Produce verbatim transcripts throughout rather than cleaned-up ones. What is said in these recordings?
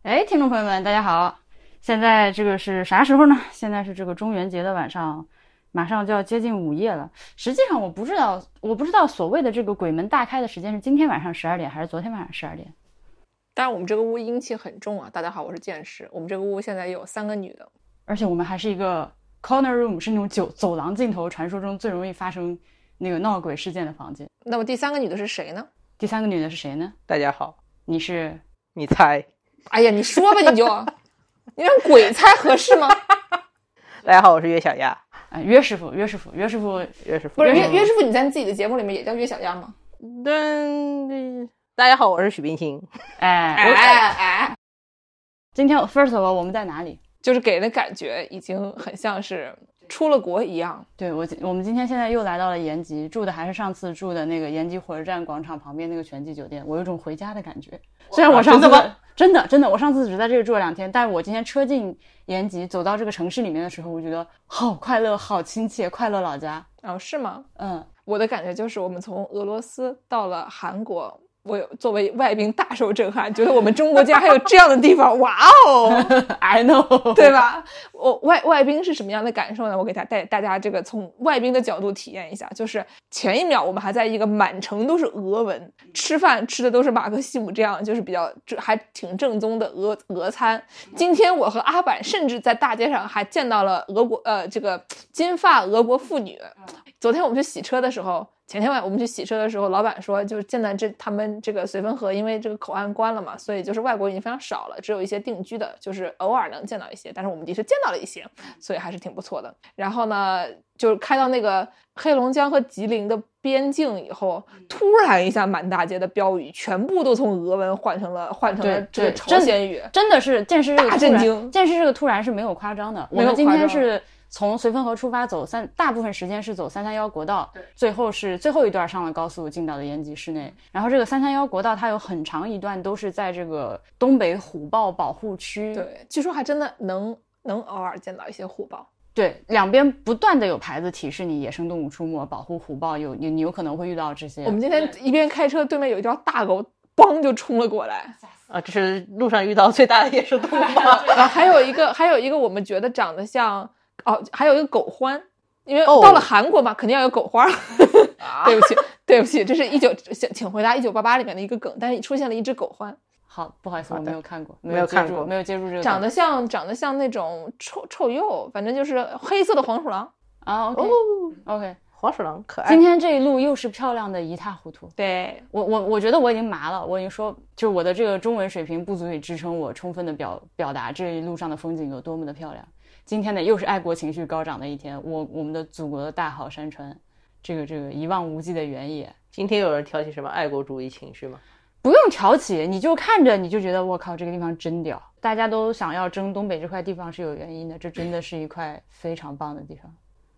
哎，听众朋友们，大家好！现在这个是啥时候呢？现在是这个中元节的晚上，马上就要接近午夜了。实际上，我不知道，我不知道所谓的这个鬼门大开的时间是今天晚上十二点，还是昨天晚上十二点。 当然，我们这个屋阴气很重啊！大家好，我是剑师。我们这个屋现在有三个女的， 而且我们还是一个 corner room， 是那种走走廊尽头，传说中最容易发生那个闹鬼事件的房间。 那么第三个女的是谁呢？ 第三个女的是谁呢？ 大家好， 你是？ 你猜？ 哎呀，你说吧，你就你让鬼猜合适吗？ 大家好，我是岳小鸭。 啊，岳师傅，岳师傅，岳师傅， 岳师傅， 不是岳岳师傅，你在自己的节目里面也叫岳小鸭吗？ 嗯，大家好，我是许冰清。 哎哎哎， 今天 first of all 我们在哪里？ 就是给人的感觉已经很像是出了国一样。 对，我我们今天现在又来到了延吉，住的还是上次住的那个延吉火车站广场旁边那个全季酒店，我有种回家的感觉。虽然我上次、啊、真的吗？真的真的，我上次只在这里住了两天，但是我今天车进延吉，走到这个城市里面的时候，我觉得好快乐，好亲切，快乐老家。 哦，是吗？ 嗯， 我的感觉就是我们从俄罗斯到了韩国。我有作为外宾大受震撼，觉得我们中国竟然还有这样的地方，哇哦 ！I know， 对吧？我外外宾是什么样的感受呢？我给大带大家这个从外宾的角度体验一下，就是前一秒我们还在一个满城都是俄文，吃饭吃的都是马克西姆这样，就是比较还挺正宗的俄俄餐。今天我和阿板甚至在大街上还见到了俄国呃这个金发俄国妇女。昨天我们去洗车的时候。前天晚我们去洗车的时候，老板说就是现在这他们这个绥芬河因为这个口岸关了嘛，所以就是外国人已经非常少了，只有一些定居的，就是偶尔能见到一些，但是我们的确见到了一些，所以还是挺不错的。然后呢，就是开到那个黑龙江和吉林的边境以后，突然一下满大街的标语全部都从俄文换成了换成了这个朝鲜语， 真的是见识这个大震惊， 见识这个突然是没有夸张的。我们今天是从绥芬河出发走三，大部分时间是走三三幺国道，最后是最后一段上了高速进到了延吉市内。然后这个三三幺国道它有很长一段都是在这个东北虎豹保护区， 对，据说还真的能能偶尔见到一些虎豹。 对，两边不断的有牌子提示你野生动物出没，保护虎豹，有你你有可能会遇到这些。 我们今天一边开车，对面有一条大狗，嘣就冲了过来。 啊，这是路上遇到最大的野生动物吗？ 然后还有一个，还有一个我们觉得长得像。哦，还有一个狗獾，因为到了韩国嘛， oh. 肯定要有狗花。对不起，对不起，这是一九，请回答一九八八里面的一个梗，但是出现了一只狗獾。 好，不好意思，我没有看过， 没有看过， 没有接触这个。 长得像，长得像那种臭臭鼬，反正就是黑色的黄鼠狼啊。OK，OK，、 oh, okay. 黄鼠狼可爱。 今天这一路又是漂亮的一塌糊涂。 对我，我我觉得我已经麻了，我已经说，就是我的这个中文水平不足以支撑我充分的表表达这一路上的风景有多么的漂亮。今天呢，又是爱国情绪高涨的一天，我我们的祖国的大好山川，这个这个一望无际的原野。 今天有人挑起什么爱国主义情绪吗？ 不用挑起，你就看着你就觉得我靠，这个地方真屌。大家都想要争东北这块地方是有原因的，这真的是一块非常棒的地方。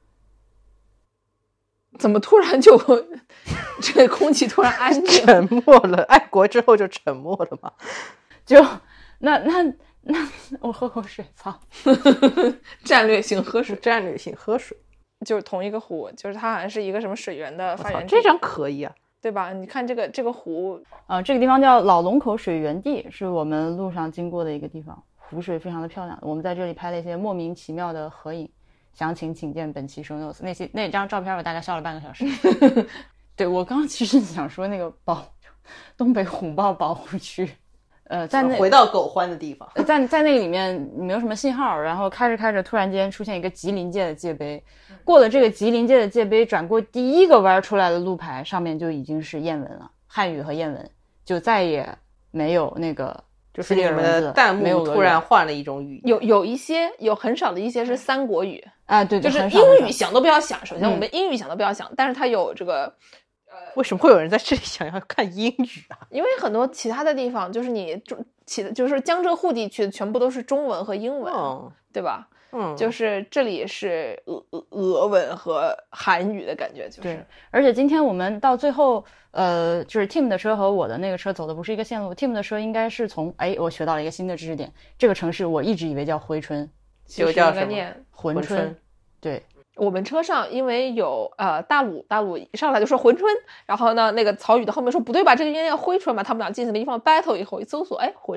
怎么突然就这个空气突然安静沉默了？爱国之后就沉默了吗？ 就那那。那我喝口水，操！ 战略性喝水， 战略性喝水， 就是同一个湖，就是它好像是一个什么水源的发源地， 这张可以啊， 对吧？你看这个这个湖， 呃，这个地方叫老龙口水源地，是我们路上经过的一个地方，湖水非常的漂亮。我们在这里拍了一些莫名其妙的合影，详情请见本期 show notes。那些那张照片我大概笑了半个小时。对，我刚刚其实想说那个保东北虎豹保护区。呃，在那回到狗獾的地方， 在在那个里面没有什么信号，然后开着开着，突然间出现一个吉林界的界碑，过了这个吉林界的界碑，转过第一个弯出来的路牌，上面就已经是谚文了，汉语和谚文，就再也没有那个就是你们的弹幕突然换了一种语言， 有有一些有很少的一些是三国语啊，对对， 就是英语想都不要想，首先我们英语想都不要想，嗯、但是它有这个。 为什么会有人在这里想要看英语啊？ 因为很多其他的地方，就是你起的，就是江浙沪地区全部都是中文和英文，嗯、对吧？嗯，就是这里是俄俄文和韩语的感觉，就是。 对，而且今天我们到最后，呃，就是 Tim 的车和我的那个车走的不是一个线路 ，Tim 的车应该是从，哎，我学到了一个新的知识点，这个城市我一直以为叫珲春， 就叫什么？ 珲春，对。 我们车上因为有呃大鲁大鲁一上来就说珲春，然后呢那个曹宇的后面说不对吧，这个应该叫珲春嘛，他们俩进行了一番 battle 以后一搜索，哎，珲春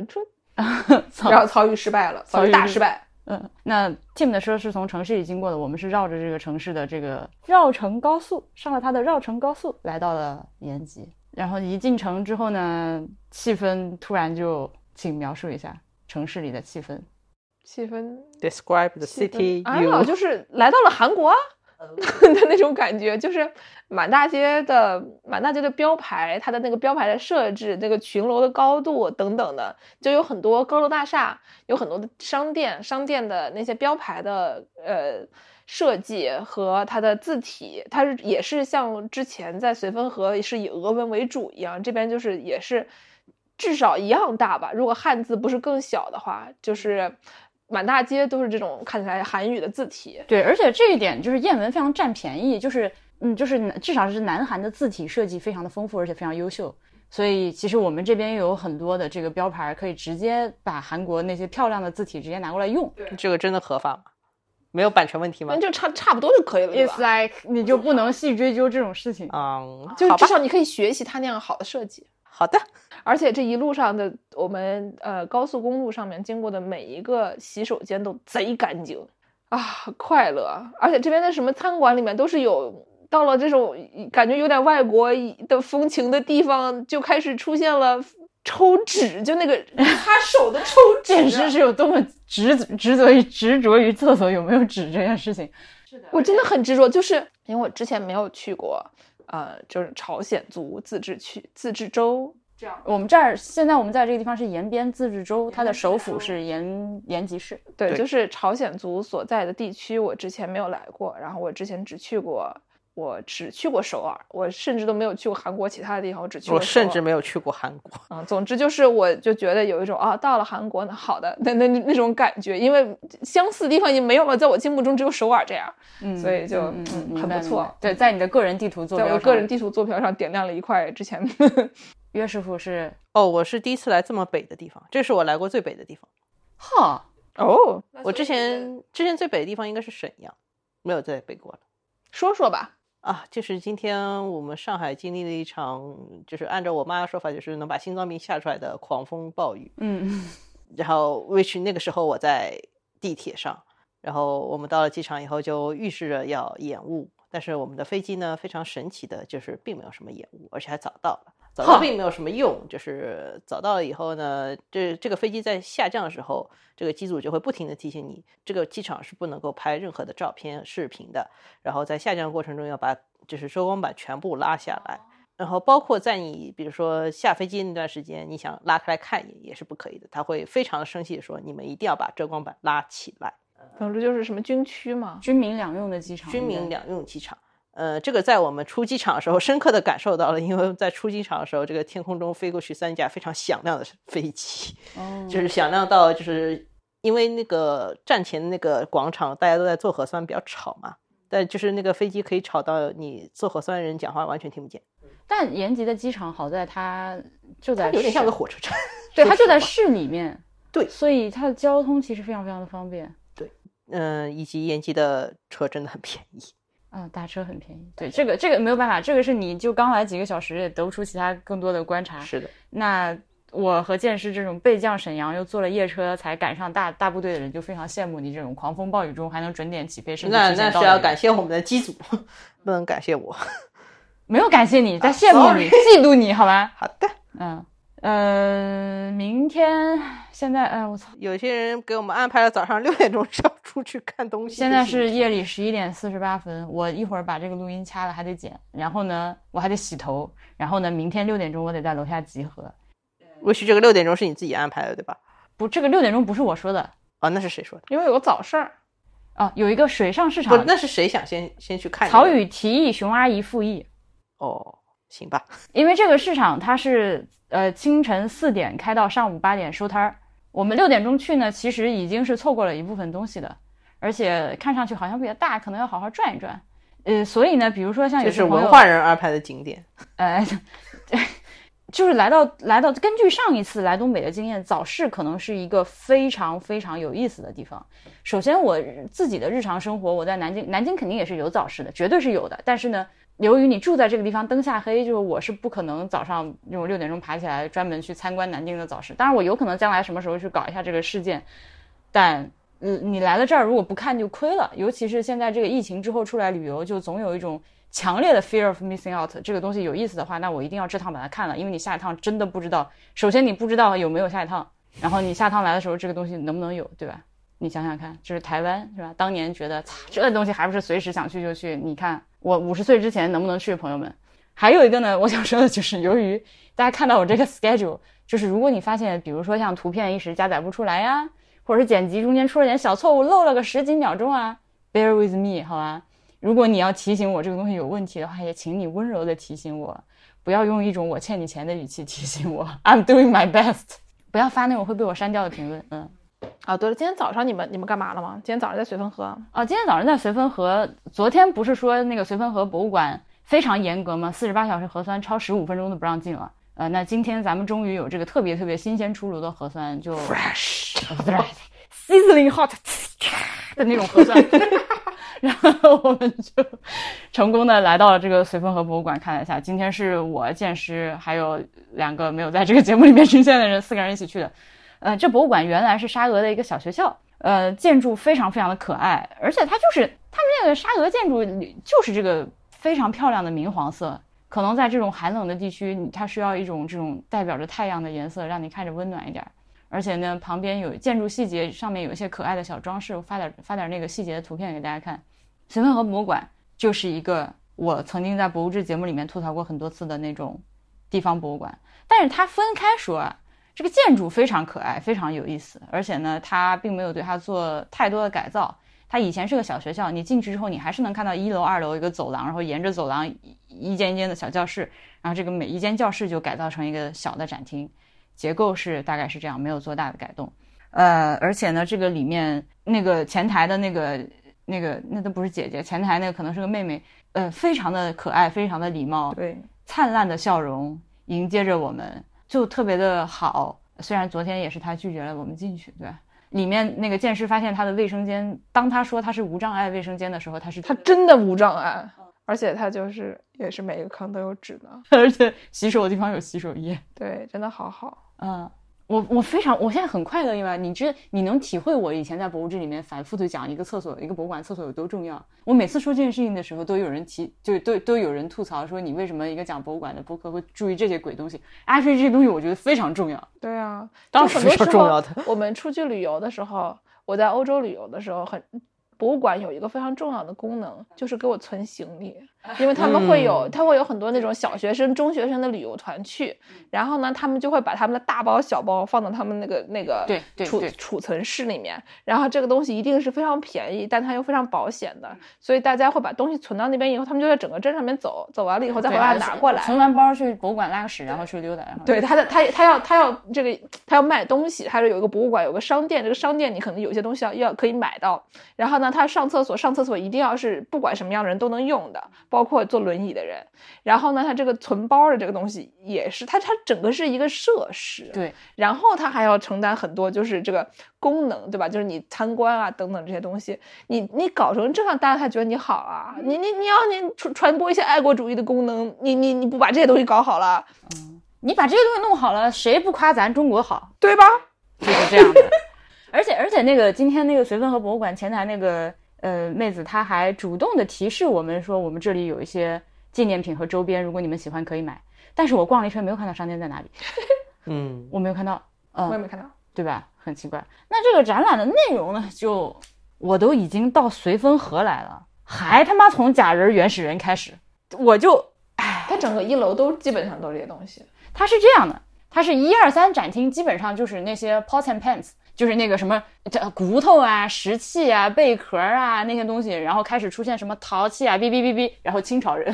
然后曹禺失败了，曹禺大失败。 嗯，那 Tim 的车是从城市里经过的，我们是绕着这个城市的这个绕城高速，上了它的绕城高速，来到了延吉。然后一进城之后呢，气氛突然就，请描述一下城市里的气氛。 气氛 Describe the city. 哎呀，就是来到了韩国啊的那种感觉，就是满大街的满大街的标牌，它的那个标牌的设置，那个群楼的高度等等的，就有很多高楼大厦，有很多的商店，商店的那些标牌的呃设计和它的字体，它是也是像之前在绥芬河是以俄文为主一样，这边就是也是至少一样大吧，如果汉字不是更小的话，就是满大街都是这种看起来韩语的字体。 对，而且这一点就是燕文非常占便宜，就是嗯，就是至少是南韩的字体设计非常的丰富，而且非常优秀。所以其实我们这边有很多的这个标牌可以直接把韩国那些漂亮的字体直接拿过来用。 对， 这个真的合法吗？没有版权问题吗？ 那就差差不多就可以了，对吧 It's like 你就不能细追究这种事情。 嗯， 就至少你可以学习它那样好的设计。 好的。 而且这一路上的我们呃高速公路上面经过的每一个洗手间都贼干净啊，快乐！而且这边的什么餐馆里面都是有，到了这种感觉有点外国的风情的地方，就开始出现了抽纸，就那个擦手的抽纸、啊， 简直是有多么执执着于执着于厕所有没有纸这件事情。 是的，我真的很执着，就是因为我之前没有去过，呃，就是朝鲜族自治区自治州。这样， 我们这儿现在我们在这个地方是延边自治州，它的首府是延延吉市。 对，就是朝鲜族所在的地区，我之前没有来过，然后我之前只去过，我只去过首尔，我甚至都没有去过韩国其他的地方，我只去过首尔。 我甚至没有去过韩国。 嗯，总之就是我就觉得有一种啊，到了韩国呢，好的那那那种感觉，因为相似的地方已经没有了，在我心目中只有首尔这样，嗯，所以就嗯嗯很不错。 对，在你的个人地图坐标上， 在我个人地图坐标上点亮了一块之前。 岳师傅是哦，我是第一次来这么北的地方，这是我来过最北的地方。 哈哦， 我之前之前最北的地方应该是沈阳，没有再北过了。 说说吧。 啊，就是今天我们上海经历了一场，就是按照我妈的说法，就是能把心脏病吓出来的狂风暴雨。 嗯， 然后 which 那个时候我在地铁上，然后我们到了机场以后就预示着要延误，但是我们的飞机呢非常神奇的就是并没有什么延误，而且还早到了。早到并没有什么用，就是早到了以后呢，这这个飞机在下降的时候，这个机组就会不停的提醒你，这个机场是不能够拍任何的照片视频的，然后在下降的过程中要把就是遮光板全部拉下来，然后包括在你比如说下飞机那段时间，你想拉开来看一眼也是不可以的，他会非常的生气的说你们一定要把遮光板拉起来。 总之就是什么军区嘛， 军民两用的机场， 军民两用机场。呃，这个在我们出机场的时候深刻的感受到了，因为在出机场的时候，这个天空中飞过去三架非常响亮的飞机，哦，就是响亮到就是因为那个站前的那个广场大家都在做核酸比较吵嘛，但就是那个飞机可以吵到你做核酸的人讲话完全听不见。 但延吉的机场好在它就在它有点像个火车站， 对，它就在市里面， 对， 所以它的交通其实非常非常的方便。 对，嗯、呃，以及延吉的车真的很便宜。 嗯，打车很便宜。对，这个这个没有办法，这个是你就刚来几个小时也得不出其他更多的观察。 是的， 那我和剑师这种备降沈阳又坐了夜车才赶上大大部队的人就非常羡慕你这种狂风暴雨中还能准点起飞，甚至那那是要感谢我们的机组，不能感谢我。 没有感谢你，在羡慕你、啊、嫉妒你，好吧？ 好的， 嗯。呃，明天现在，哎、呃，我操！ 有些人给我们安排了早上六点钟是要出去看东西。 现在是夜里十一点四十八分，我一会儿把这个录音掐了，还得剪，然后呢，我还得洗头，然后呢，明天六点钟我得在楼下集合。 或许这个六点钟是你自己安排的，对吧？ 不，这个六点钟不是我说的。 哦，那是谁说的？ 因为有个早事儿。 哦，有一个水上市场。 不，那是谁想先先去看、這個？曹禺提议熊阿姨复议。 哦，行吧。 因为这个市场它是。呃，清晨四点开到上午八点收摊儿。我们六点钟去呢，其实已经是错过了一部分东西的，而且看上去好像比较大，可能要好好转一转。呃，所以呢，比如说像有些朋友，这是文化人安排的景点。 呃，就是来到来到，根据上一次来东北的经验，早市可能是一个非常非常有意思的地方。首先，我自己的日常生活，我在南京，南京肯定也是有早市的，绝对是有的。但是呢。 由于你住在这个地方灯下黑，就是我是不可能早上那种六点钟爬起来专门去参观南京的早市。当然我有可能将来什么时候去搞一下这个事件，但嗯，你来了这儿如果不看就亏了。尤其是现在这个疫情之后出来旅游，就总有一种强烈的 fear of missing out。这个东西有意思的话，那我一定要这趟把它看了，因为你下一趟真的不知道。首先你不知道有没有下一趟，然后你下趟来的时候这个东西能不能有，对吧？你想想看，就是台湾是吧？当年觉得这东西还不是随时想去就去。你看我五十岁之前能不能去，朋友们？还有一个呢，我想说的就是，由于大家看到我这个 schedule， 就是如果你发现，比如说像图片一时加载不出来呀，或者是剪辑中间出了点小错误，漏了个十几秒钟啊 ，bear with me， 好吧？如果你要提醒我这个东西有问题的话，也请你温柔的提醒我，不要用一种我欠你钱的语气提醒我 ，I'm doing my best， 不要发那种会被我删掉的评论，嗯。 啊，对了，今天早上你们你们干嘛了吗？今天早上在绥芬河啊，今天早上在绥芬河。昨天不是说那个绥芬河博物馆非常严格吗？四十八小时核酸，超十五分钟都不让进了。呃，那今天咱们终于有这个特别特别新鲜出炉的核酸，就 fresh sizzling hot 的那种核酸。然后我们就成功的来到了这个绥芬河博物馆看了一下。今天是我剑师还有两个没有在这个节目里面出现的人，四个人一起去的。呃，这博物馆原来是沙俄的一个小学校，呃，建筑非常非常的可爱，而且它就是他们那个沙俄建筑就是这个非常漂亮的明黄色，可能在这种寒冷的地区，它需要一种这种代表着太阳的颜色，让你看着温暖一点。而且呢，旁边有建筑细节，上面有一些可爱的小装饰，我发点发点那个细节的图片给大家看。绥芬河博物馆就是一个我曾经在博物志节目里面吐槽过很多次的那种地方博物馆，但是它分开说啊。这个建筑非常可爱，非常有意思，而且呢，它并没有对它做太多的改造。它以前是个小学校，你进去之后，你还是能看到一楼、二楼一个走廊，然后沿着走廊一间一间的小教室，然后这个每一间教室就改造成一个小的展厅，结构是大概是这样，没有做大的改动。呃，而且呢，这个里面那个前台的那个那个那都不是姐姐，前台那个可能是个妹妹，呃，非常的可爱，非常的礼貌， 对， 灿烂的笑容迎接着我们。就特别的好，虽然昨天也是他拒绝了我们进去，对吧？里面那个剑师发现他的卫生间，当他说他是无障碍卫生间的时候，他是他真的无障碍，而且他就是也是每个坑都有纸的， 而且洗手的地方有洗手液， 对，真的好好。 嗯，我我非常，我现在很快乐，因为你知你能体会我以前在博物志里面反复的讲一个厕所，一个博物馆厕所有多重要。我每次说这件事情的时候，都有人提，就都都有人吐槽说你为什么一个讲博物馆的播客会注意这些鬼东西？啊，所以这些东西我觉得非常重要。 对啊， 当然非常重要的。 我们出去旅游的时候，我在欧洲旅游的时候很。博物馆有一个非常重要的功能，就是给我存行李，因为他们会有，嗯、他会有很多那种小学生、中学生的旅游团去，然后呢，他们就会把他们的大包小包放到他们那个那个储储存室里面，然后这个东西一定是非常便宜，但它又非常保险的，所以大家会把东西存到那边以后，他们就在整个镇上面走，走完了以后再回来拿过来， 存完包去博物馆拉个屎，然后去溜达。然后对，他的他他要他要这个他要卖东西，他是有一个博物馆，有个商店，这个商店你可能有些东西要要可以买到，然后呢，他上厕所上厕所一定要是不管什么样的人都能用的，包括坐轮椅的人。然后呢，它这个存包的这个东西也是，它它整个是一个设施。 对。然后它还要承担很多就是这个功能，对吧？就是你参观啊等等这些东西，你你搞成这样，大家才觉得你好啊。你你你要你传传播一些爱国主义的功能，你你你不把这些东西搞好了， 嗯，你把这些东西弄好了，谁不夸咱中国好， 对吧？ 就是这样的。而且而且那个今天那个绥芬河博物馆前台那个。呃，妹子她还主动的提示我们说，我们这里有一些纪念品和周边，如果你们喜欢可以买。但是我逛了一圈，没有看到商店在哪里。 嗯， 我没有看到，嗯， 我也没看到， 对吧？很奇怪。那这个展览的内容呢，就我都已经到绥芬河来了，还他妈从假人原始人开始，我就，唉， 它整个一楼都基本上都是这些东西。 它是这样的，它是一二三展厅，基本上就是那些 pots and pans。就是那个什么这骨头啊、石器啊、贝壳啊那些东西，然后开始出现什么陶器啊，哔哔哔哔，然后清朝人，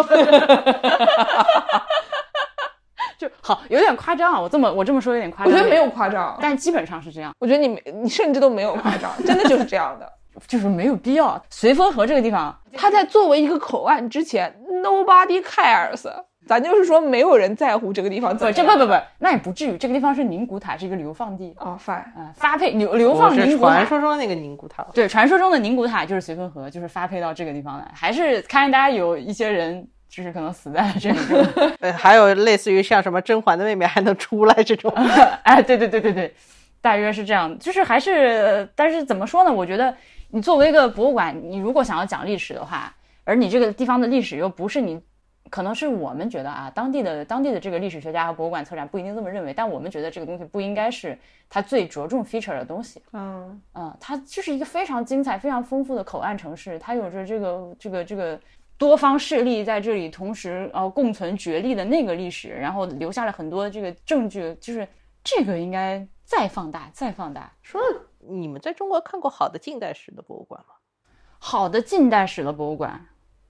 就好有点夸张啊！我这么我这么说有点夸张， 我觉得没有夸张， 但基本上是这样。 我觉得你你甚至都没有夸张，真的就是这样的， 就是没有必要。绥芬河这个地方， 它在作为一个口岸之前 ，nobody cares。 咱就是说没有人在乎这个地方怎么样。 不，这不不不，那也不至于。这个地方是宁古塔，是一个流放地。 哦 ，fine， 嗯，发配流流放宁古塔。 传说中的那个宁古塔。 对，传说中的宁古塔就是绥芬河，就是发配到这个地方来。还是看见大家有一些人就是可能死在了这里。 呃，还有类似于像什么甄嬛的妹妹还能出来这种。 哎，对对对对对，大约是这样。就是还是，但是怎么说呢？我觉得你作为一个博物馆，你如果想要讲历史的话，而你这个地方的历史又不是你。可能是我们觉得啊，当地的当地的这个历史学家和博物馆策展不一定这么认为，但我们觉得这个东西不应该是它最着重 feature 的东西。 嗯嗯，它就是一个非常精彩、非常丰富的口岸城市，它有着这个这个这个多方势力在这里同时呃共存角力的那个历史，然后留下了很多这个证据，就是这个应该再放大、再放大。 说你们在中国看过好的近代史的博物馆吗？ 好的近代史的博物馆。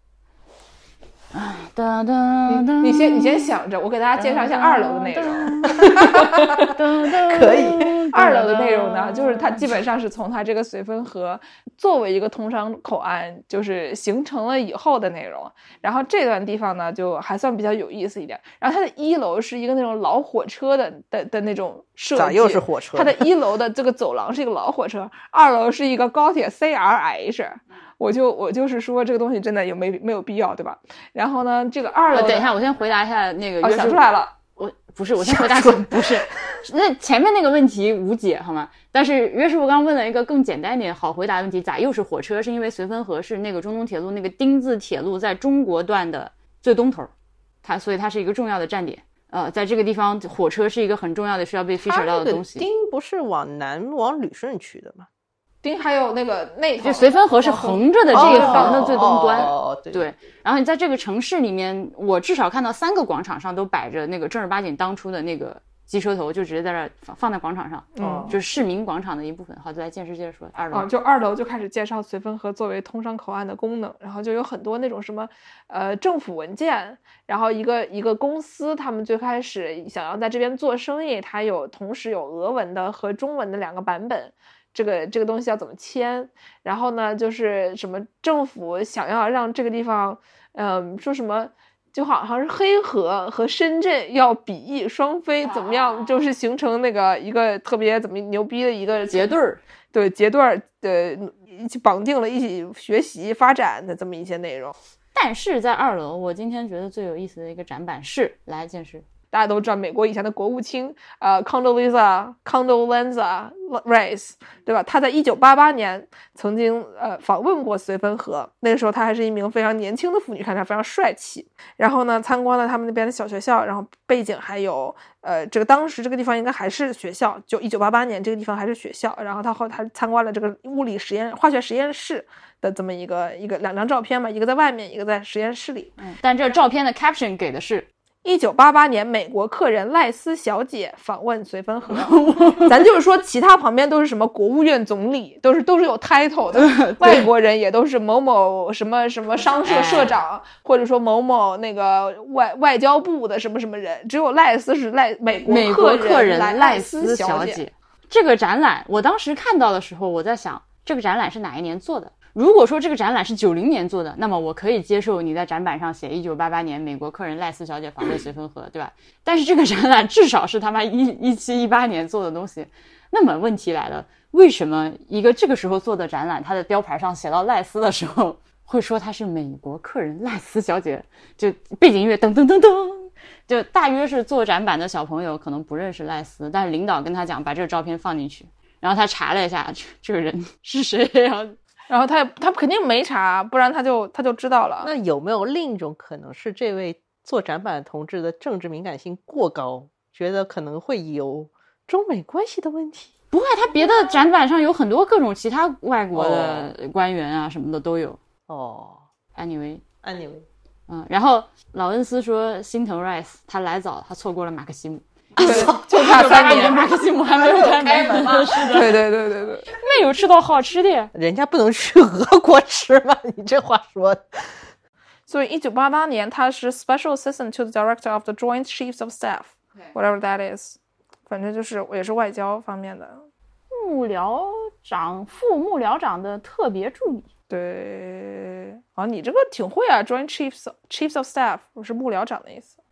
哒哒你你先你先想着，我给大家介绍一下二楼的内容。 可以， 二楼的内容呢，就是它基本上是从它这个绥芬河作为一个通商口岸，就是形成了以后的内容。然后这段地方呢，就还算比较有意思一点。然后它的一楼是一个那种老火车的的的那种设计， 咋又是火车？ 它的一楼的这个走廊是一个老火车，二楼是一个高铁 C R H。我就我就是说这个东西真的有没没有必要，对吧？然后呢，这个二楼、 呃、等一下，我先回答一下那个。 哦，想出来了。 我不是，我先回答不是。那前面那个问题无解好吗？但是约师傅刚问了一个更简单一点好回答的问题，咋又是火车？是因为绥芬河是那个中东铁路那个丁字铁路在中国段的最东头，它所以它是一个重要的站点。呃，在这个地方，火车是一个很重要的需要被 feature 到的东西。 丁不是往南往旅顺去的吗？ 丁还有那个内就绥芬河是横着的这一横的最东端。 哦哦、对, 对。然后你在这个城市里面，我至少看到三个广场上都摆着那个正儿八经当初的那个机车头，就直接在这儿放放在广场上， 嗯， 就是市民广场的一部分。好，就来见识接着说二楼。 哦，就二楼就开始介绍绥芬河作为通商口岸的功能，然后就有很多那种什么呃政府文件，然后一个一个公司，他们最开始想要在这边做生意，它有同时有俄文的和中文的两个版本。这个这个东西要怎么签？然后呢，就是什么政府想要让这个地方，嗯，说什么，就好像是黑河和深圳要比翼双飞，怎么样？就是形成那个一个特别怎么牛逼的一个结对儿， 对结对儿的一起绑定了一起学习发展的这么一些内容。 但是在二楼，我今天觉得最有意思的一个展板是来见识。 大家都知道美国以前的国务卿呃 Condoleezza Condoleezza Rice 对吧，他在一九八八年曾经呃访问过绥芬河，那个时候他还是一名非常年轻的妇女，看起来非常帅气。然后呢参观了他们那边的小学校，然后背景还有呃这个当时这个地方应该还是学校，就一九八八年这个地方还是学校。然后他后他参观了这个物理实验化学实验室的这么一个一个两张照片嘛，一个在外面，一个在实验室里。 嗯，但这照片的 caption 给的是一九八八年美国客人赖斯小姐访问绥芬河。咱就是说其他旁边都是什么国务院总理，都是都是有 title 的，外国人也都是某某什么什么商社社长、哎、或者说某某那个外外交部的什么什么人，只有赖斯是赖美国美国客人赖斯小姐。这个展览我当时看到的时候，我在想这个展览是哪一年做的。如果说这个展览是九零年做的，那么我可以接受你在展板上写一九八八年美国客人赖斯小姐访问绥芬河，对吧？但是这个展览至少是他妈一一七一八年做的东西。那么问题来了，为什么一个这个时候做的展览，它的标牌上写到赖斯的时候，会说它是美国客人赖斯小姐？就背景音乐噔噔噔噔，就大约是做展板的小朋友可能不认识赖斯，但是领导跟他讲把这个照片放进去，然后他查了一下这这个人是谁呀？ 然后他他肯定没查，不然他就他就知道了。 那有没有另一种可能是这位做展板同志的政治敏感性过高，觉得可能会有中美关系的问题？ 不会，他别的展板上有很多各种其他外国的官员啊什么的都有。 哦 ，anyway anyway， 嗯，然后劳恩斯说心疼 Rice， 他来早，他错过了马克西姆。 对，就差三年， 马克西姆还没有开门嘛？是的， 对对对对对， 没有吃到好吃的， 人家不能去俄国吃吗？你这话说的。 所以一九八八年他是 Special Assistant to the Director of the Joint Chiefs of Staff，whatever that is， 反正就是也是外交方面的幕僚长、副幕僚长的特别助理。 对，啊，你这个挺会啊 ，Joint Chiefs Chiefs of Staff 是幕僚长的意思。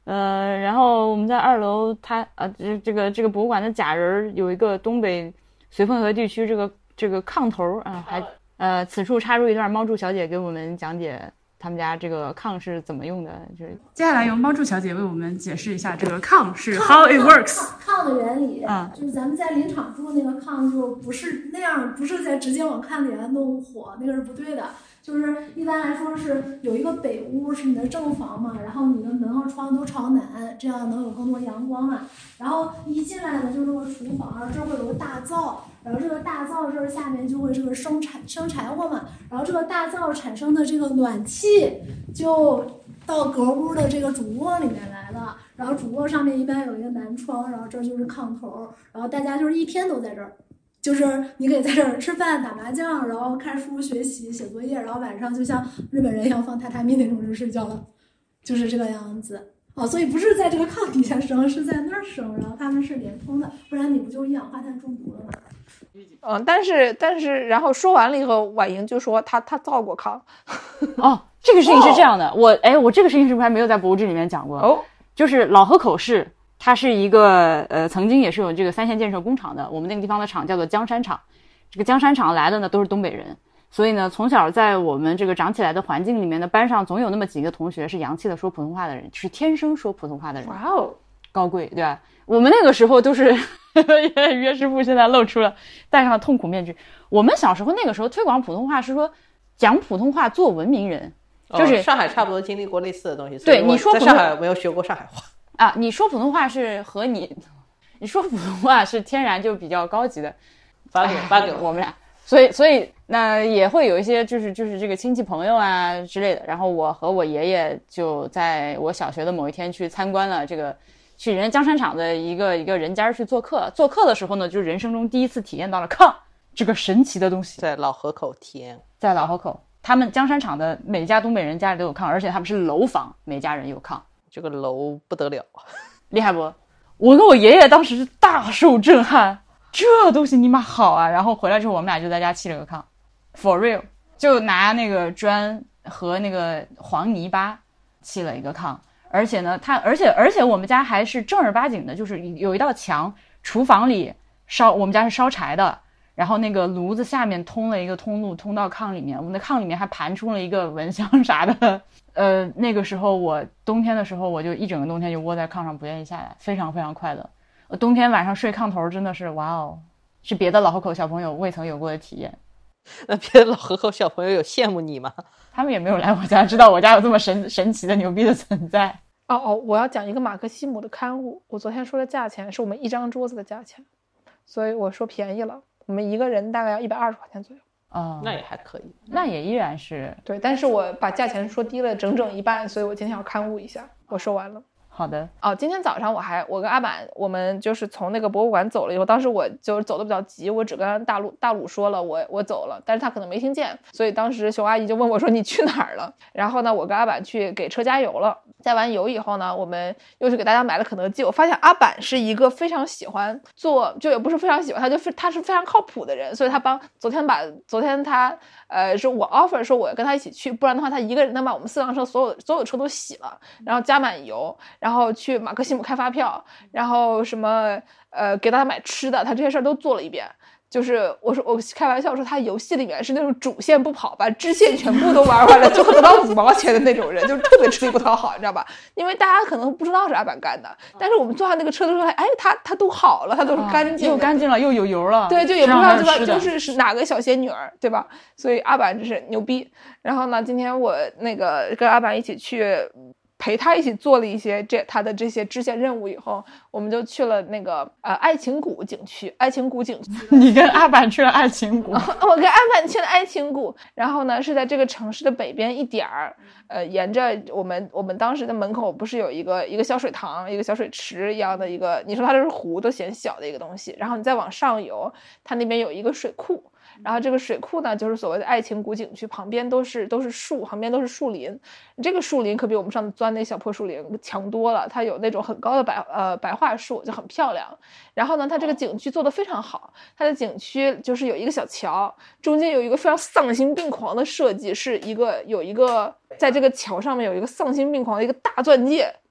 呃，然后我们在二楼，它呃这这个这个博物馆的假人有一个东北绥芬河地区这个这个炕头啊，还呃此处插入一段猫柱小姐给我们讲解他们家这个炕是怎么用的，就是接下来由猫柱小姐为我们解释一下这个炕是 how it works。 炕的原理， 嗯， 就是咱们在林场住那个炕就不是那样，不是在直接往炕里来弄火，那个是不对的。就是一般来说是有一个北屋是你的正房嘛，然后你的门和窗都朝南，这样能有更多阳光啊。然后一进来呢就是个厨房，这会有个大灶，然后这个大灶这儿下面就会这个生柴生柴火嘛，然后这个大灶产生的这个暖气就到隔屋的这个主卧里面来了，然后主卧上面一般有一个南窗，然后这就是炕头，然后大家就是一天都在这儿。就是你可以在这儿吃饭、打麻将，然后看书、学习、写作业，然后晚上就像日本人一样放榻榻米那种就睡觉了，就是这个样子啊。所以不是在这个炕底下生，是在那儿生，然后它们是连通的，不然你不就一氧化碳中毒了吗？ 嗯，但是但是，然后说完了以后，婉莹就说她她造过炕。 哦，这个事情是这样的，我哎，我这个事情是不是还没有在博物志里面讲过？ 哦， 就是老河口市。它是一个呃，曾经也是有这个三线建设工厂的，我们那个地方的厂叫做江山厂。这个江山厂来的呢都是东北人，所以呢从小在我们这个长起来的环境里面的班上总有那么几个同学是洋气的说普通话的人，是天生说普通话的人。 哇哦， 高贵，对吧？我们那个时候都是岳师傅现在露出了戴上了痛苦面具。我们小时候那个时候推广普通话是说讲普通话做文明人，就是、 哦、上海差不多经历过类似的东西。 对，你说在上海没有学过上海话。 啊，你说普通话是和你，你说普通话是天然就比较高级的， 发给发给我们俩，所以所以那也会有一些就是就是这个亲戚朋友啊之类的。然后我和我爷爷就在我小学的某一天去参观了这个，去人家江山厂的一个一个人家去做客。做客的时候呢，就是人生中第一次体验到了炕这个神奇的东西， 在老河口体验， 在老河口，他们江山厂的每家东北人家里都有炕，而且他们是楼房，每家人有炕。 这个楼不得了， 厉害不？我跟我爷爷当时是大受震撼，这东西你妈好啊！然后回来之后，我们俩就在家砌了个炕 ，for real， 就拿那个砖和那个黄泥巴砌了一个炕，而且呢，它而且而且我们家还是正儿八经的，就是有一道墙，厨房里烧，我们家是烧柴的。然后那个炉子下面通了一个通路，通到炕里面。我们的炕里面还盘出了一个蚊香啥的。呃，那个时候我冬天的时候，我就一整个冬天就窝在炕上不愿意下来，非常非常快乐。我冬天晚上睡炕头真的是哇哦，是别的老河口小朋友未曾有过的体验。 那别的老河口小朋友有羡慕你吗？ 他们也没有来我家，知道我家有这么神神奇的牛逼的存在。 哦哦，我要讲一个马克西姆的刊物。我昨天说的价钱是我们一张桌子的价钱，所以我说便宜了。我们一个人大概要一百二十块钱左右。 哦， 那也还可以， 那也依然是对，但是我把价钱说低了整整一半，所以我今天要刊物一下。我说完了。 好的。 哦，今天早上我还我跟阿板我们就是从那个博物馆走了以后，当时我就是走的比较急，我只跟大陆大鲁说了我我走了，但是他可能没听见，所以当时熊阿姨就问我说你去哪儿了。然后呢我跟阿板去给车加油了，加完油以后呢我们又是给大家买了肯德基。我发现阿板是一个非常喜欢做，就也不是非常喜欢，他就他是非常靠谱的人，所以他帮昨天把昨天他呃是我 offer 说我要跟他一起去，不然的话他一个人能把我们四辆车所有所有车都洗了，然后加满油，然后去马克西姆开发票，然后什么呃给大家买吃的，他这些事儿都做了一遍。就是我说我开玩笑说他游戏里面是那种主线不跑，把支线全部都玩完了最后得到五毛钱的那种人，就是特别吃力不讨好，你知道吧？因为大家可能不知道是阿板干的，但是我们坐上那个车的时候，哎，他他都好了，他都是干净的、 啊、又干净了又有油了， 对，就也不知道对吧？就是是哪个小仙女儿对吧？所以阿板就是牛逼。然后呢，今天我那个跟阿板一起去。陪他一起做了一些这他的这些支线任务以后，我们就去了那个呃爱情谷景区。爱情谷景区， 你跟阿板去了爱情谷？ 我跟阿板去了爱情谷。然后呢，是在这个城市的北边一点儿，呃，沿着我们我们当时的门口不是有一个一个小水塘，一个小水池一样的一个，你说它这是湖都嫌小的一个东西。然后你再往上游，它那边有一个水库。然后这个水库呢，就是所谓的爱情谷景区，旁边都是都是树，旁边都是树林。这个树林可比我们上次钻那小破树林强多了，它有那种很高的白呃白桦树，就很漂亮。然后呢，它这个景区做得非常好，它的景区就是有一个小桥，中间有一个非常丧心病狂的设计，是一个有一个在这个桥上面有一个丧心病狂的一个大钻戒。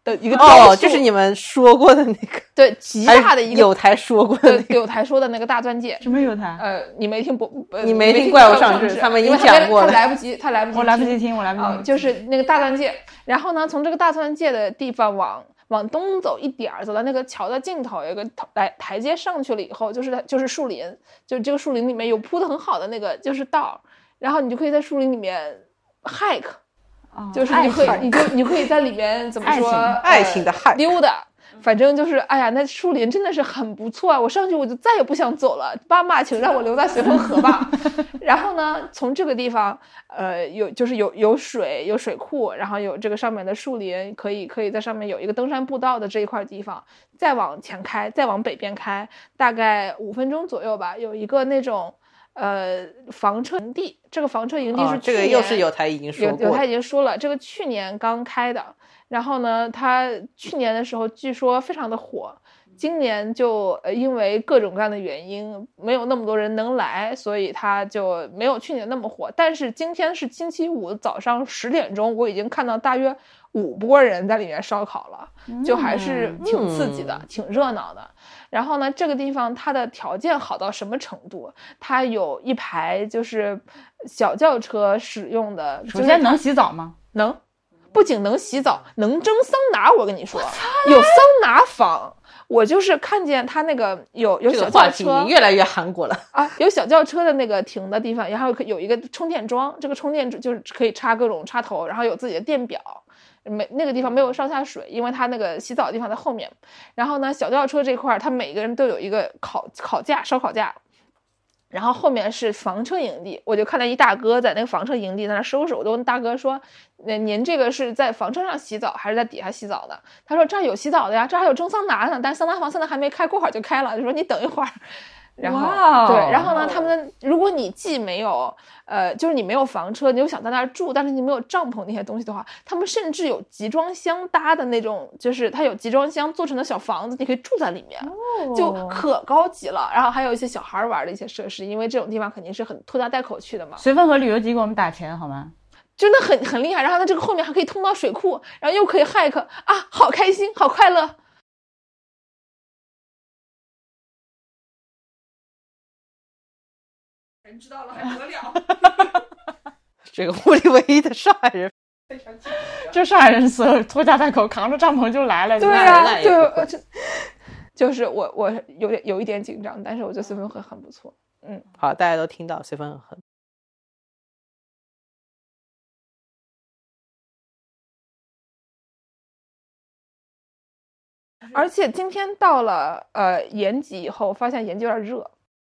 的一个雕塑， 哦，就是你们说过的那个， 对，极大的一个有台说过的那个， 有台说的那个大钻戒。 什么有台？ 呃，你没听播， 你没听怪物上市， 他们已经因为他讲过了， 他来不及，他来不及， 我来不及听，我来不及听。 呃、就是那个大钻戒，然后呢，从这个大钻戒的地方往往东走一点儿，走到那个桥的尽头，有一个台台阶上去了以后，就是就是树林，就这个树林里面有铺的很好的那个就是道，然后你就可以在树林里面 hike。 哦、 就是你可以，你就你可以在里面怎么说？ 爱情, 爱情的 hike、呃、 溜达，反正就是，哎呀，那树林真的是很不错啊！我上去我就再也不想走了，爸妈，请让我留在绥芬河吧。然后呢，从这个地方，呃，有就是有有水，有水库，然后有这个上面的树林，可以可以在上面有一个登山步道的这一块地方，再往前开，再往北边开，大概五分钟左右吧，有一个那种。呃，房车营地，这个房车营地是去年、 哦、这个又是有台已经说过， 有有台已经说了，这个去年刚开的。然后呢，它去年的时候据说非常的火，今年就呃因为各种各样的原因，没有那么多人能来，所以它就没有去年那么火。但是今天是星期五早上十点钟，我已经看到大约五波人在里面烧烤了，就还是挺刺激的，嗯、挺热闹的。然后呢，这个地方它的条件好到什么程度？它有一排就是小轿车使用的。 首先能洗澡吗？ 能，不仅能洗澡，能蒸桑拿。我跟你说，有桑拿房。我就是看见它那个有有小轿车， 这个话题越来越韩国了啊！有小轿车的那个停的地方，然后有一个充电桩，这个充电就是可以插各种插头，然后有自己的电表。没那个地方没有上下水，因为它那个洗澡的地方在后面。然后呢，小轿车这块，它每个人都有一个烤烤架、烧烤架。然后后面是房车营地，我就看到一大哥在那个房车营地在那收拾，我就问大哥说：“那您这个是在房车上洗澡还是在底下洗澡的？”他说：“这儿有洗澡的呀，这儿还有蒸桑拿呢，但是桑拿房现在还没开，过会儿就开了。”就说你等一会儿。然后、wow. 对，然后呢，他们如果你既没有呃，就是你没有房车，你又想在那儿住，但是你没有帐篷那些东西的话，他们甚至有集装箱搭的那种，就是它有集装箱做成的小房子，你可以住在里面， oh. 就可高级了。然后还有一些小孩玩的一些设施，因为这种地方肯定是很拖家带口去的嘛。 绥芬河旅游局给我们打钱好吗？ 真的很很厉害。然后它这个后面还可以通到水库，然后又可以 hike 啊，好开心，好快乐。人知道了还得了这个屋里唯一的上海人非常清楚，就上海人所有拖家带口扛着帐篷就来了。 对啊，对，就就是我我有点有一点紧张，但是我觉得绥芬河很不错。嗯， 好，大家都听到绥芬河。 而且今天到了呃延吉以后，发现延吉有点热。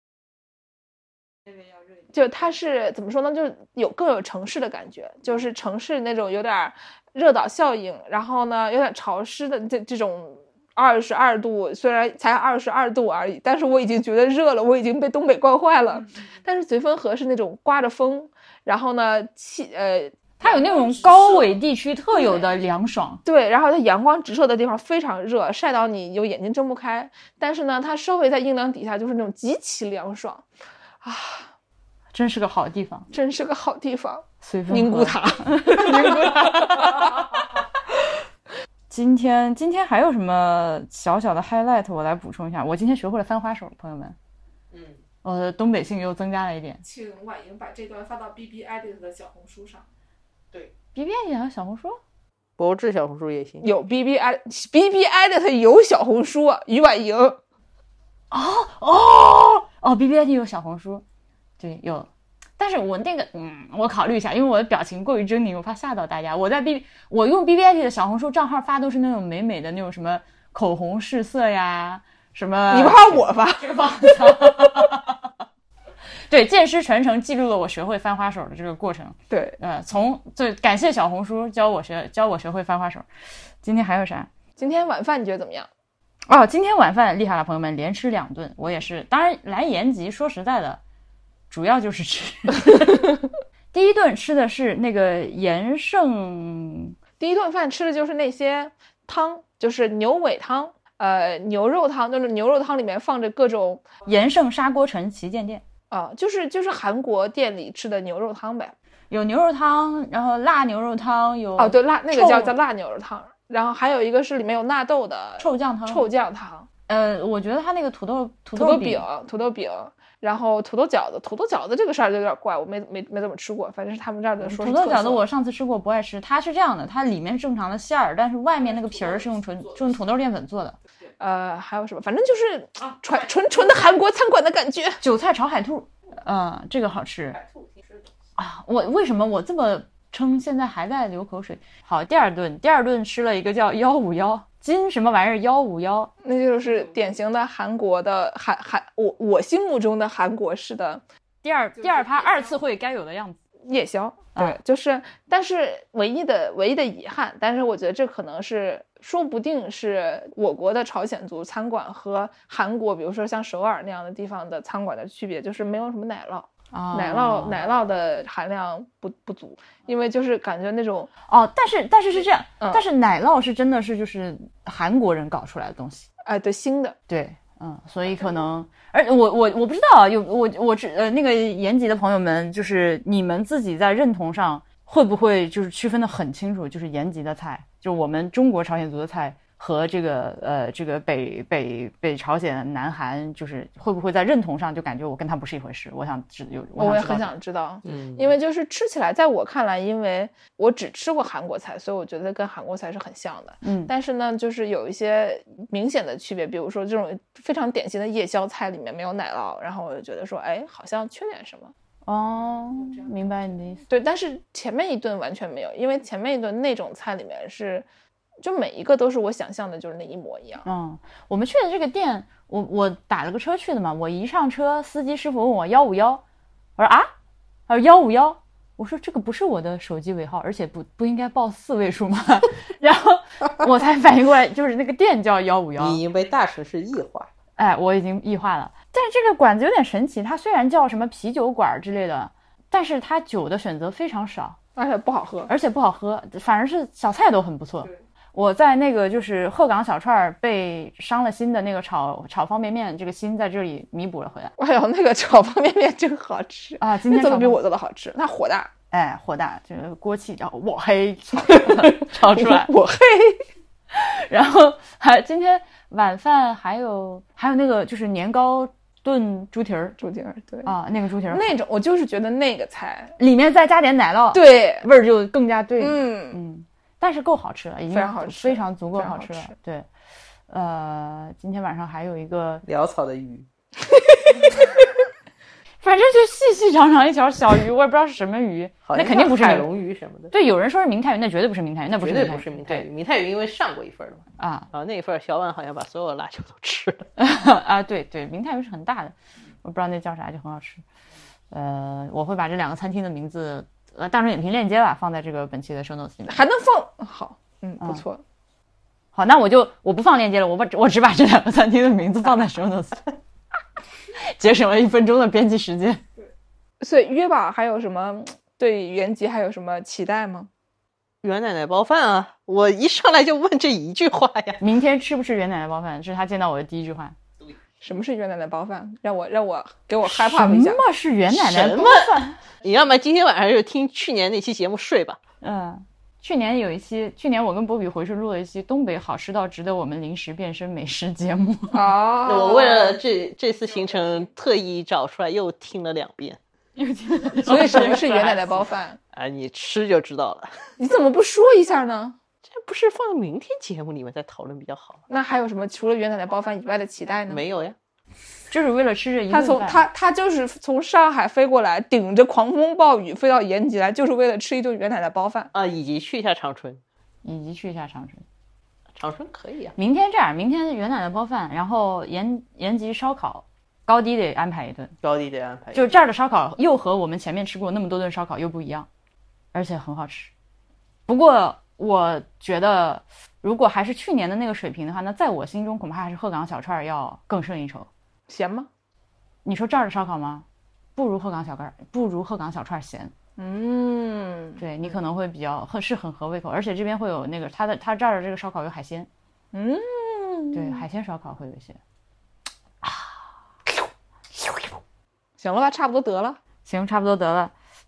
就它是怎么说呢，就是有更有城市的感觉，就是城市那种有点热岛效应，然后呢有点潮湿的这这种二十二度，虽然才二十二度而已，但是我已经觉得热了，我已经被东北惯坏了。但是绥芬河是那种刮着风，然后呢气呃它有那种高纬地区特有的凉爽， 对，然后它阳光直射的地方非常热，晒到你有眼睛睁不开，但是呢它稍微在阴凉底下就是那种极其凉爽啊。 真是个好地方， 真是个好地方。 宁古塔， 宁古塔。今天今天还有什么小小的 highlight？ 我来补充一下。我今天学会了翻花手，朋友们。嗯，我的东北性又增加了一点。 请婉莹把这段发到 B B Edit 的小红书上。 对 ，B B Edit 还有小红书？ 博智小红书也行。 有 B B Edit B B Edit 有小红书啊，于婉莹。 哦哦哦 ，B B Edit 有小红书。对，有，但是我那个，嗯，我考虑一下，因为我的表情过于狰狞，我怕吓到大家。我在 B， 我用 B B I T 的小红书账号发都是那种美美的那种什么口红试色呀，什么。 你怕我发？ 对，剑师传承记录了我学会翻花手的这个过程。 对， 呃，从就感谢小红书教我学教我学会翻花手。今天还有啥？ 今天晚饭你觉得怎么样？ 哦，今天晚饭厉害了，朋友们，连吃两顿。我也是，当然来延吉，说实在的。主要就是吃第一顿吃的是那个延盛， 第一顿饭吃的就是那些汤，就是牛尾汤，呃，牛肉汤，就是牛肉汤里面放着各种延盛砂锅城旗舰店啊、呃，就是就是韩国店里吃的牛肉汤呗， 有牛肉汤，然后辣牛肉汤，有哦对辣那个叫叫辣牛肉汤， 然后还有一个是里面有纳豆的臭酱汤， 臭酱汤。 呃，我觉得它那个土豆土豆饼， 土豆饼，然后土豆饺子，土豆饺子这个事儿就有点怪，我没没没怎么吃过，反正是他们这儿的说是土豆饺子我上次吃过不爱吃，它是这样的，它里面正常的馅儿，但是外面那个皮儿是用纯是用土豆淀粉做的。 呃，还有什么？反正就是纯纯纯的韩国餐馆的感觉。 韭菜炒海兔，嗯、呃，这个好吃啊！我为什么我这么撑，现在还在流口水？好，第二顿，第二顿吃了一个叫幺五幺金什么玩意儿幺五幺， 那就是典型的韩国的韩韩我我心目中的韩国式的第二第二趴二次会该有的样子。 夜宵，对，啊、就是，但是唯一的唯一的遗憾，但是我觉得这可能是，说不定是我国的朝鲜族餐馆和韩国，比如说像首尔那样的地方的餐馆的区别，就是没有什么奶酪。 哦、 奶酪奶酪的含量不不足，因为就是感觉那种哦，但是但是是这样， 嗯、 但是奶酪是真的是就是韩国人搞出来的东西， 哎、呃，对，新的， 对，嗯，所以可能，而我我我不知道有我我只呃那个延吉的朋友们，就是你们自己在认同上会不会就是区分的很清楚，就是延吉的菜，就是我们中国朝鲜族的菜。和这个呃，这个北北北朝鲜、南韩，就是会不会在认同上就感觉我跟他不是一回事？我想知有， 我, 我也很想知道， 嗯， 因为就是吃起来，在我看来，因为我只吃过韩国菜，所以我觉得跟韩国菜是很像的， 嗯， 但是呢，就是有一些明显的区别，比如说这种非常典型的夜宵菜里面没有奶酪，然后我就觉得说，哎，好像缺点什么。 哦，明白你的意思。 对，但是前面一顿完全没有，因为前面一顿那种菜里面是。就每一个都是我想象的，就是那一模一样。 嗯，我们去的这个店，我我打了个车去的嘛。我一上车，司机师傅问我幺五幺，我说啊，他说幺五幺，我说这个不是我的手机尾号，而且不不应该报四位数吗？然后我才反应过来，就是那个店叫幺五幺。 你已经被大城市异化。 哎，我已经异化了。但是这个馆子有点神奇，它虽然叫什么啤酒馆之类的，但是它酒的选择非常少， 而且不好喝， 而且不好喝，反而是小菜都很不错。我在那个就是鹤岗小串被伤了心的那个炒炒方便面，这个心在这里弥补了回来。 哎呦，那个炒方便面真好吃啊！今天做的比我做的好吃，它火大， 哎，火大，这个锅气叫我黑炒出来， 我黑。 然后还今天晚饭还有还有那个就是年糕炖猪蹄儿， 猪蹄儿对啊，那个猪蹄儿那种，我就是觉得那个菜里面再加点奶酪， 对， 味儿就更加对， 嗯嗯。但是够好吃了，已经非常好吃， 非常足够好吃了。 吃对，呃，今天晚上还有一个潦草的鱼， 反正就细细长长一条小鱼，我也不知道是什么鱼，那肯定不是海龙鱼什么的。 对，有人说是明太鱼，那绝对不是明太鱼，那不是绝对不是明太鱼。明太鱼因为上过一份了嘛， 啊啊，那一份小婉好像把所有的辣椒都吃了啊，对对，明太鱼是很大的，我不知道那叫啥，就很好吃。呃，我会把这两个餐厅的名字。呃，大众点评链接吧，放在这个本期的 show notes 里面， 还能放好，嗯，不错、嗯。 好，那我就我不放链接了，我把我只把这两个餐厅的名字放在 show notes， 节省了一分钟的编辑时间。 所以约吧还有什么对原籍还有什么期待吗？ 袁奶奶包饭啊，我一上来就问这一句话呀。 明天吃不吃袁奶奶包饭？这是他见到我的第一句话。 什么是袁奶奶包饭？让我让我给我害怕一下。 什么是袁奶奶包饭？ 你要么今天晚上就听去年那期节目睡吧。 嗯，去年有一期，去年我跟波比回去录了一期东北好吃到值得我们临时变身美食节目。 哦， 我为了这这次行程特意找出来又听了两遍。 又听了两遍。 所以什么是袁奶奶包饭？ 啊，你吃就知道了。 你怎么不说一下呢？ 这不是放明天节目里面再讨论比较好。 那还有什么除了袁奶奶包饭以外的期待呢？ 没有呀。 就是为了吃这一顿饭。 他从他他就是从上海飞过来，顶着狂风暴雨飞到延吉来，就是为了吃一顿袁奶奶包饭啊，以及去一下长春， 以及去一下长春。 长春可以啊。 明天这样，明天袁奶奶包饭，然后延延吉烧烤，高低得安排一顿。 高低得安排一顿。 就这儿的烧烤又和我们前面吃过那么多顿烧烤又不一样，而且很好吃。不过我觉得，如果还是去年的那个水平的话，那在我心中恐怕还是鹤岗小串要更胜一筹。 咸吗？ 你说这儿的烧烤吗？不如鹤岗小干，不如鹤岗小串咸。 嗯， 对你可能会比较很是很合胃口，而且这边会有那个它的它这儿的这个烧烤有海鲜。 嗯， 对，海鲜烧烤会有一些。啊， 行了吧，差不多得了。 行，差不多得了。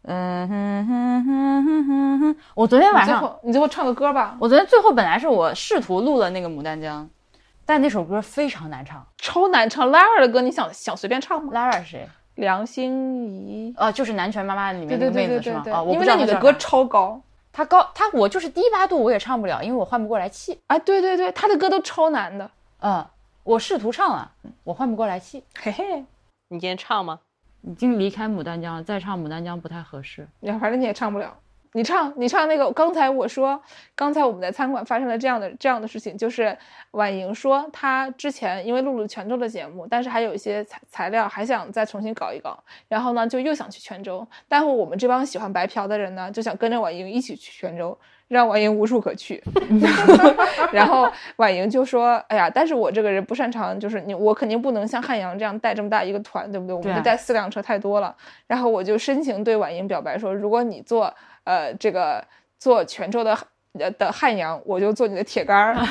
嗯哼哼哼哼哼哼，我昨天晚上你最后你最后唱个歌吧。 我昨天最后本来是我试图录了那个牡丹江，但那首歌非常难唱， 超难唱。Lara 的歌你想想随便唱吗？ Lara 是谁？ 梁心颐。 哦、呃，就是南拳妈妈里面对那个对对对对妹子是吗？啊、哦， 因为那女的歌超高， 她高，她我就是低八度我也唱不了，因为我换不过来气。 啊，对对对，她的歌都超难的。 嗯，我试图唱了，我换不过来气。 嘿嘿， 你今天唱吗？ 已经离开牡丹江了，再唱牡丹江不太合适。 呀，反正你也唱不了。你唱，你唱那个。刚才我说，刚才我们在餐馆发生了这样的这样的事情，就是婉莹说她之前因为录了泉州的节目，但是还有一些材材料还想再重新搞一搞，然后呢就又想去泉州。但是我们这帮喜欢白嫖的人呢，就想跟着婉莹一起去泉州，让婉莹无处可去。然后婉莹就说：“哎呀，但是我这个人不擅长，就是你我肯定不能像汉阳这样带这么大一个团，对不对？我们带四辆车太多了。”然后我就深情对婉莹表白说：“如果你做呃这个做泉州的呃的汉阳，我就做你的铁杆儿。”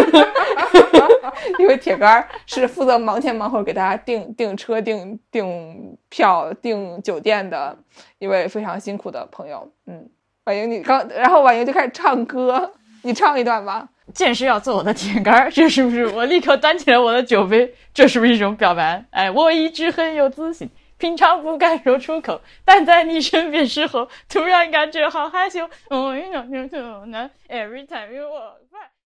因为铁杆儿是负责忙前忙后给大家订订车、订订票、订酒店的一位非常辛苦的朋友。嗯。婉莹，你刚，然后婉莹就开始唱歌，你唱一段吧。 剑师要做我的铁杆，这是不是？我立刻端起了我的酒杯，这是不是一种表白？哎，我一直很有自信，平常不敢说出口，但在你身边时候，突然感觉好害羞。Oh, you know, you know, every time you walk by.